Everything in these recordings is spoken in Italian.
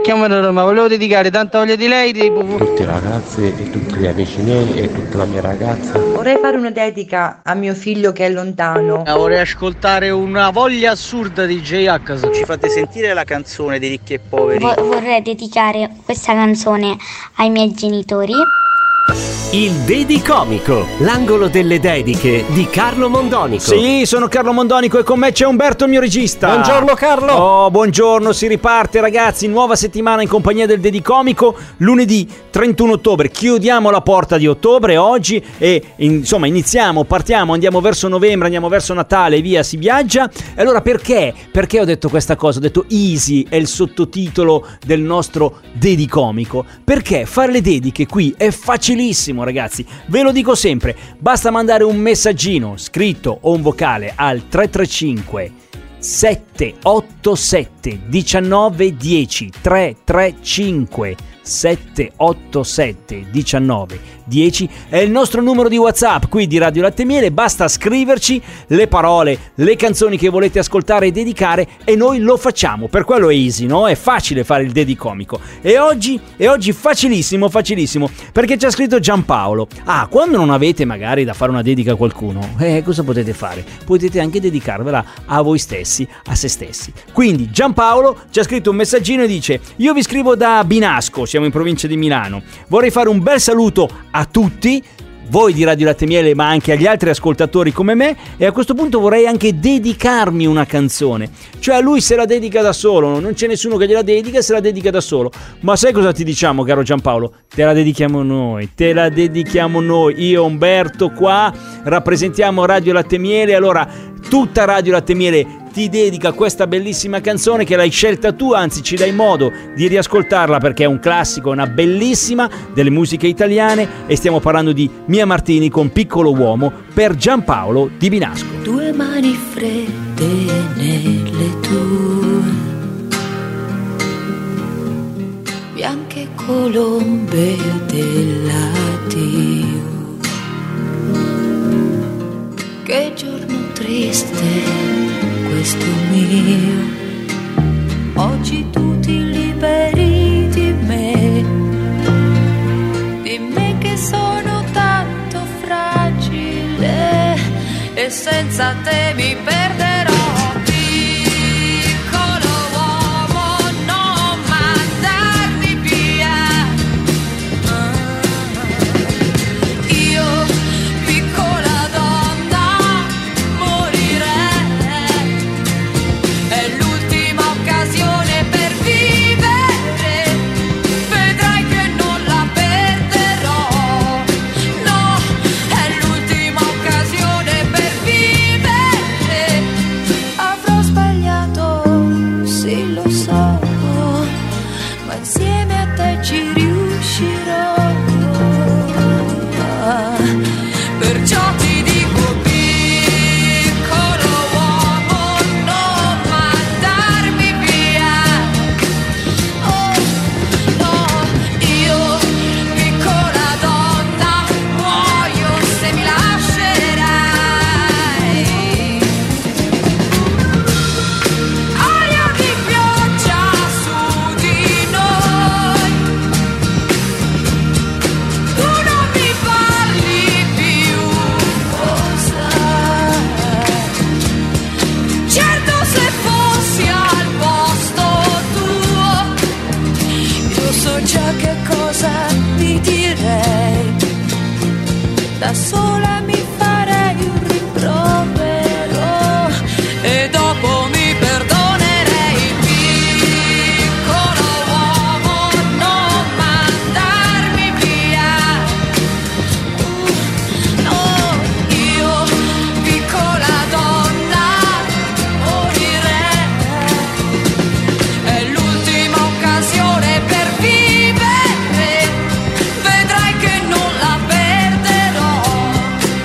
chiamo da Roma, volevo dedicare tanta voglia di lei tutti i ragazzi e tutti gli amici miei e tutta la mia ragazza. Vorrei fare una dedica a mio figlio che è lontano. Vorrei ascoltare una voglia assurda di J-H. Ci fate sentire la canzone di Ricchi e Poveri? Vorrei dedicare questa canzone ai miei genitori. Il Dedicomico, l'angolo delle dediche di Carlo Mondonico. Sì, sono Carlo Mondonico e con me c'è Umberto, il mio regista. Buongiorno Carlo. Oh, buongiorno, si riparte ragazzi, nuova settimana in compagnia del Dedicomico, lunedì 31 ottobre, chiudiamo la porta di ottobre oggi e insomma partiamo, andiamo verso novembre, andiamo verso Natale e via, si viaggia. E allora perché? Perché ho detto questa cosa? Ho detto Easy è il sottotitolo del nostro Dedicomico, perché fare le dediche qui è facilissimo ragazzi, ve lo dico sempre, basta mandare un messaggino scritto o un vocale al 335 787 1910 335 787 19 10 è il nostro numero di WhatsApp qui di Radio Latte e Miele. Basta scriverci le parole, le canzoni che volete ascoltare e dedicare e noi lo facciamo. Per quello è easy, no? È facile fare il dedicomico. E oggi facilissimo perché ci ha scritto Giampaolo. Quando non avete magari da fare una dedica a qualcuno, cosa potete fare? Potete anche dedicarvela a voi stessi, a se stessi. Quindi Giampaolo ci ha scritto un messaggino e dice: io vi scrivo da Binasco, siamo in provincia di Milano. Vorrei fare un bel saluto a tutti voi di Radio Latte e Miele, ma anche agli altri ascoltatori come me, e a questo punto vorrei anche dedicarmi una canzone. Cioè a lui se la dedica da solo, non c'è nessuno che gliela dedica, se la dedica da solo. Ma sai cosa ti diciamo, caro Giampaolo? Te la dedichiamo noi, io Umberto qua rappresentiamo Radio Latte e Miele. Allora tutta Radio Latte e Miele ti dedica questa bellissima canzone che l'hai scelta tu, anzi ci dai modo di riascoltarla perché è un classico, una bellissima delle musiche italiane, e stiamo parlando di Mia Martini con Piccolo Uomo per Giampaolo di Binasco. Due mani fredde nelle tue, bianche colombe dell'addio. Che giorno triste questo mio, oggi tu ti liberi di me che sono tanto fragile e senza te mi perderò. Piccolo uomo, non mandarmi via. Io, piccola donna, morirei. È l'ultima occasione per vivere. Vedrai che non la perderò. No, è l'ultima occasione per vivere. Avrò sbagliato, sì lo so, ma insieme a te ci riuscirò. Perciò ti dico, piccolo uomo, non mandarmi via. Oh, no, io, piccola donna, muoio se mi lascerai. Aria di pioggia su di noi, tu non mi parli più, sai. Certo, se fossi al posto tuo, io so già che cosa ti direi. Da sola mi farei un rimprovero e dopo mi perdonerei. Piccolo uomo, non mandarmi via. No, io, piccola donna, morirei. È l'ultima occasione per vivere. Vedrai che non la perderò.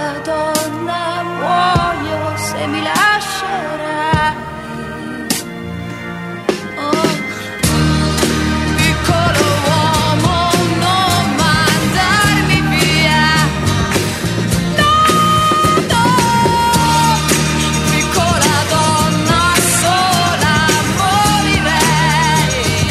donna muoio se mi lascerai. Oh, piccolo uomo, non mandarmi via. No, no, piccola donna sola morirei.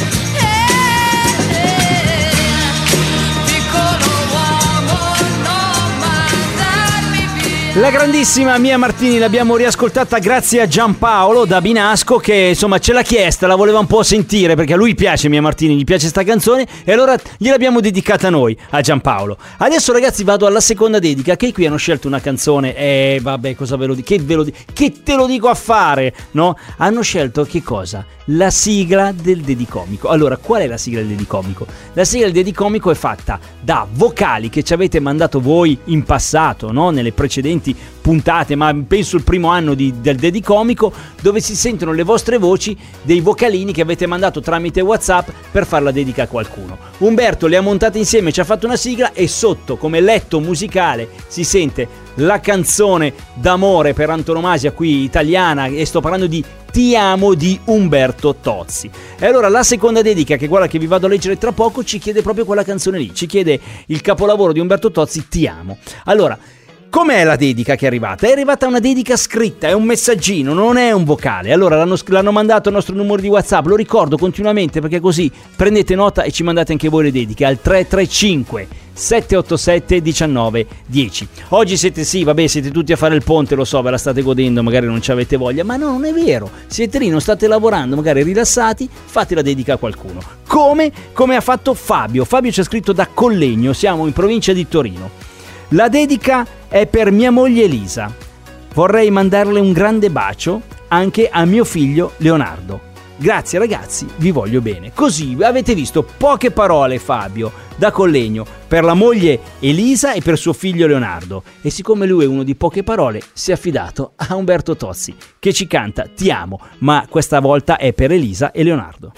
Piccolo uomo, non mandarmi via. La grandissima Mia Martini l'abbiamo riascoltata grazie a Giampaolo da Binasco, che insomma ce l'ha chiesta, la voleva un po' sentire perché a lui piace Mia Martini, gli piace sta canzone e allora gliel'abbiamo dedicata noi a Giampaolo. Adesso ragazzi vado alla seconda dedica, che qui hanno scelto una canzone, vabbè cosa ve lo dico, che te lo dico a fare, no? Hanno scelto che cosa? La sigla del Dedicomico. Allora, qual è la sigla del Dedicomico? La sigla del Dedicomico è fatta da vocali che ci avete mandato voi in passato, no? Nelle precedenti puntate, ma penso il primo anno del Dedicomico, dove si sentono le vostre voci dei vocalini che avete mandato tramite WhatsApp per far la dedica a qualcuno. Umberto le ha montate insieme, ci ha fatto una sigla e sotto, come letto musicale, si sente la canzone d'amore per antonomasia qui italiana, e sto parlando di Ti amo di Umberto Tozzi. E allora la seconda dedica, che guarda che vi vado a leggere tra poco, ci chiede proprio quella canzone lì, ci chiede il capolavoro di Umberto Tozzi, Ti amo. Allora, com'è la dedica che è arrivata? È arrivata una dedica scritta, è un messaggino, non è un vocale. Allora l'hanno mandato al nostro numero di WhatsApp, lo ricordo continuamente perché così prendete nota e ci mandate anche voi le dediche al 335 787 19 10. Oggi siete tutti a fare il ponte, lo so, ve la state godendo, magari non ci avete voglia, ma no, non è vero, siete lì, non state lavorando, magari rilassati, fate la dedica a qualcuno. Come ha fatto Fabio ci ha scritto da Collegno, siamo in provincia di Torino. La dedica è per mia moglie Elisa, vorrei mandarle un grande bacio anche a mio figlio Leonardo. Grazie ragazzi, vi voglio bene. Così avete visto, poche parole Fabio da Collegno per la moglie Elisa e per suo figlio Leonardo. E siccome lui è uno di poche parole, si è affidato a Umberto Tozzi che ci canta Ti amo, ma questa volta è per Elisa e Leonardo.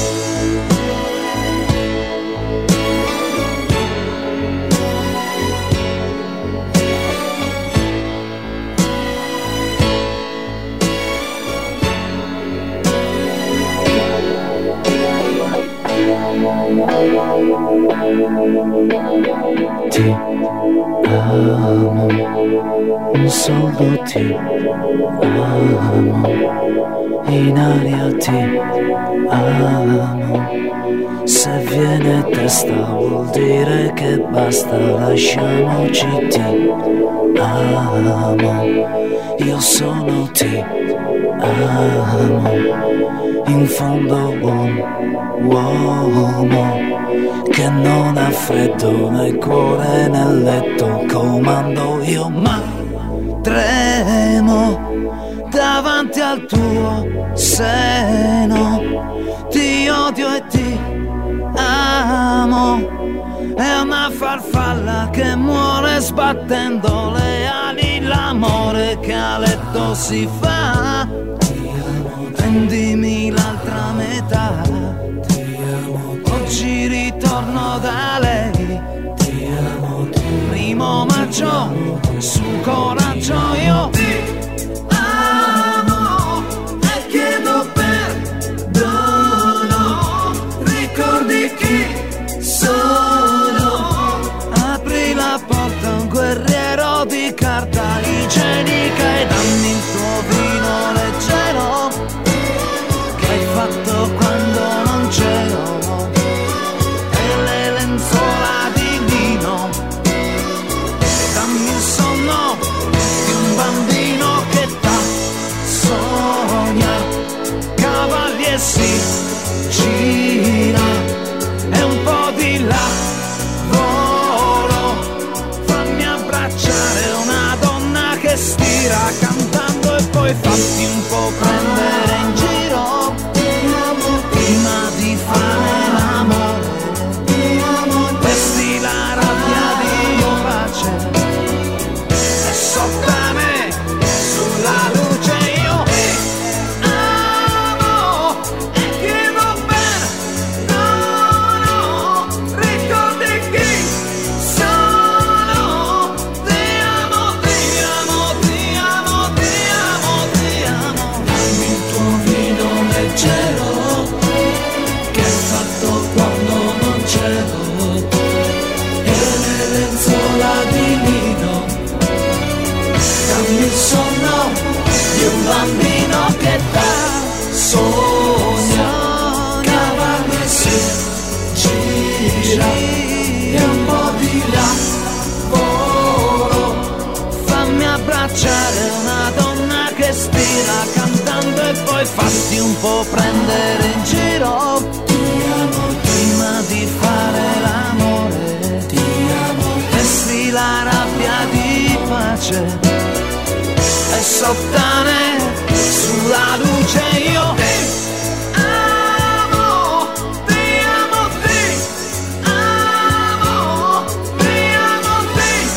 Ti amo, solo ti amo, in aria ti amo. Se viene testa vuol dire che basta, lasciamoci, ti amo, io sono ti amo, in fondo un uomo che non ha freddo nel cuore nel letto, comando io ma tremo davanti al tuo seno, ti odio e ti amo, è una farfalla che muore sbattendo le ali, l'amore che a letto si fa, prendimi l'altra metà, oggi ritorno da lei, primo maggio, su coraggio io ti amo e chiedo perdono, ricordi chi sono, apri la porta a un guerriero di carta igienica e dammi il tuo vino leggero che hai fatto quando non c'ero, si gira e un po' di lavoro, fammi abbracciare una donna che stira cantando e poi fatti un po' prendere in giro prima di fare l'amore, vesti la rabbia di pace e sopra me sulla luce io ti amo. fatti un po' prendere in giro. Prima di fare l'amore, vesti la rabbia di pace e sottane sulla luce io ti amo, ti amo, ti amo, ti amo, ti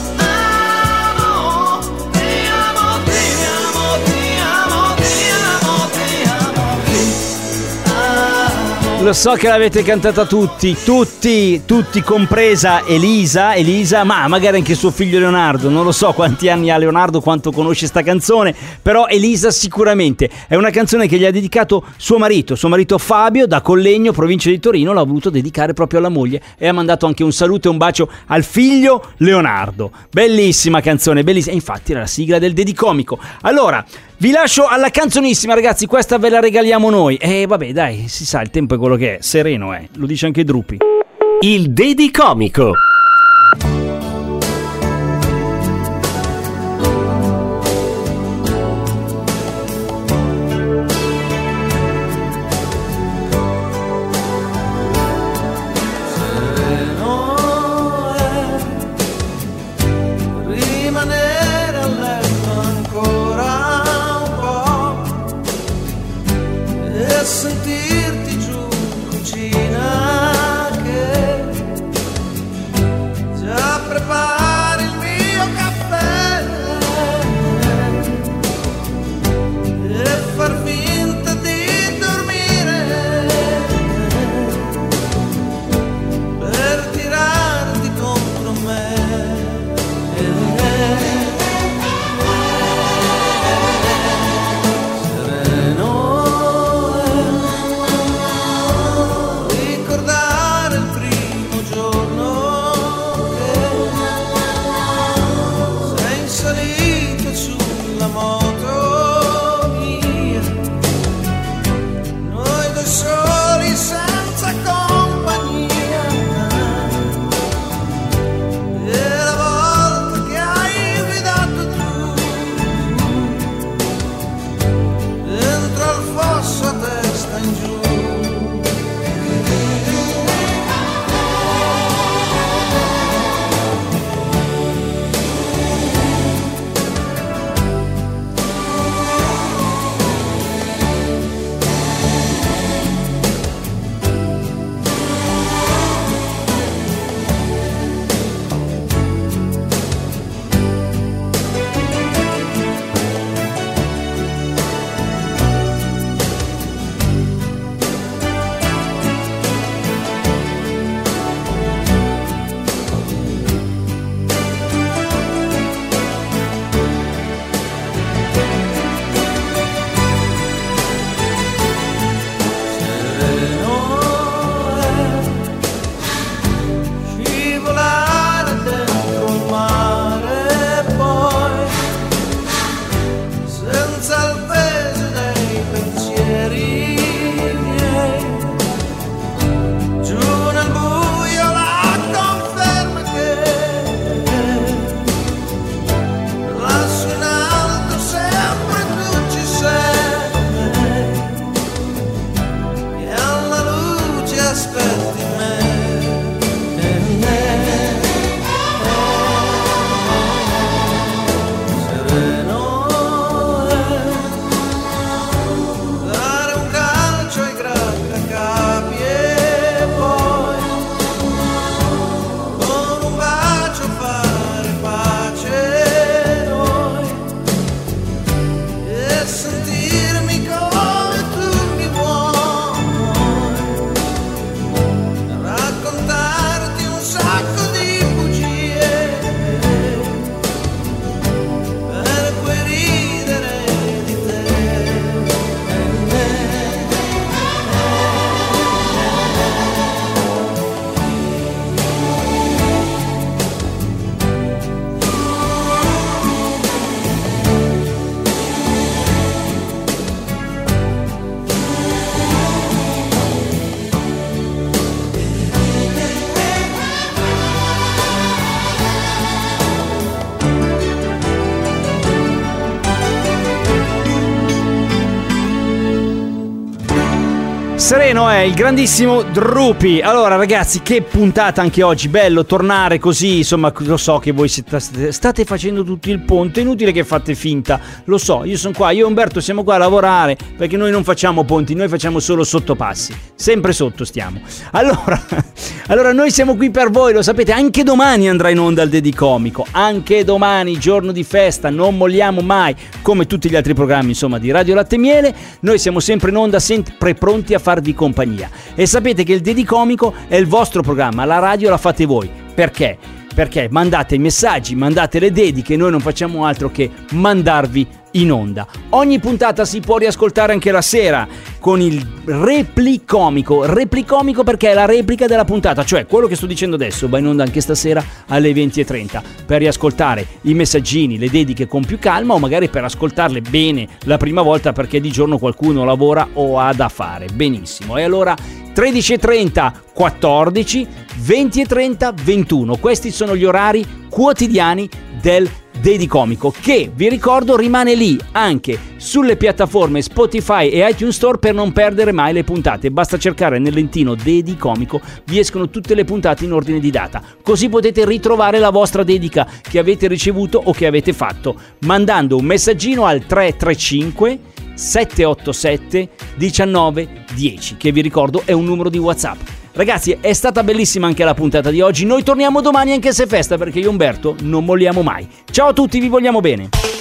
amo, ti amo, ti amo, ti amo, ti amo, ti amo. Lo so che l'avete cantata tutti, compresa Elisa, ma magari anche suo figlio Leonardo. Non lo so quanti anni ha Leonardo, quanto conosce sta canzone, però Elisa sicuramente. È una canzone che gli ha dedicato suo marito Fabio, da Collegno, provincia di Torino. L'ha voluto dedicare proprio alla moglie e ha mandato anche un saluto e un bacio al figlio Leonardo. Bellissima canzone, bellissima. Infatti era la sigla del Dedicomico. Allora, vi lascio alla canzonissima, ragazzi, questa ve la regaliamo noi. E vabbè, dai, si sa, il tempo è quello che è, sereno è, lo dice anche Drupi. Il Dedicomico. Sentirti giù in cucina che già prepari il mio caffè e far finta di dormire per tirarti contro me. Sereno è il grandissimo Drupi. Allora ragazzi, che puntata anche oggi, bello tornare così, insomma lo so che voi state facendo tutto il ponte, inutile che fate finta, lo so, io sono qua, io e Umberto siamo qua a lavorare perché noi non facciamo ponti, noi facciamo solo sottopassi, sempre sotto stiamo. Allora noi siamo qui per voi, lo sapete, anche domani andrà in onda il Dedicomico, anche domani, giorno di festa, non molliamo mai, come tutti gli altri programmi insomma di Radio Latte e Miele, noi siamo sempre in onda, sempre pronti a farvi compagnia. E sapete che il Dedicomico è il vostro programma, la radio la fate voi. Perché? Perché mandate i messaggi, mandate le dediche, noi non facciamo altro che mandarvi in onda. Ogni puntata si può riascoltare anche la sera con il replicomico perché è la replica della puntata, cioè quello che sto dicendo adesso va in onda anche stasera alle 20:30 per riascoltare i messaggini, le dediche con più calma o magari per ascoltarle bene la prima volta perché di giorno qualcuno lavora o ha da fare. Benissimo. E allora 13:30 14, 20:30 21, questi sono gli orari quotidiani del Dedicomico, che vi ricordo rimane lì anche sulle piattaforme Spotify e iTunes Store per non perdere mai le puntate. Basta cercare nel lentino Dedicomico, vi escono tutte le puntate in ordine di data, così potete ritrovare la vostra dedica che avete ricevuto o che avete fatto mandando un messaggino al 335 787 1910, che vi ricordo è un numero di WhatsApp. Ragazzi, è stata bellissima anche la puntata di oggi. Noi torniamo domani anche se è festa, perché io e Umberto non molliamo mai. Ciao a tutti, vi vogliamo bene.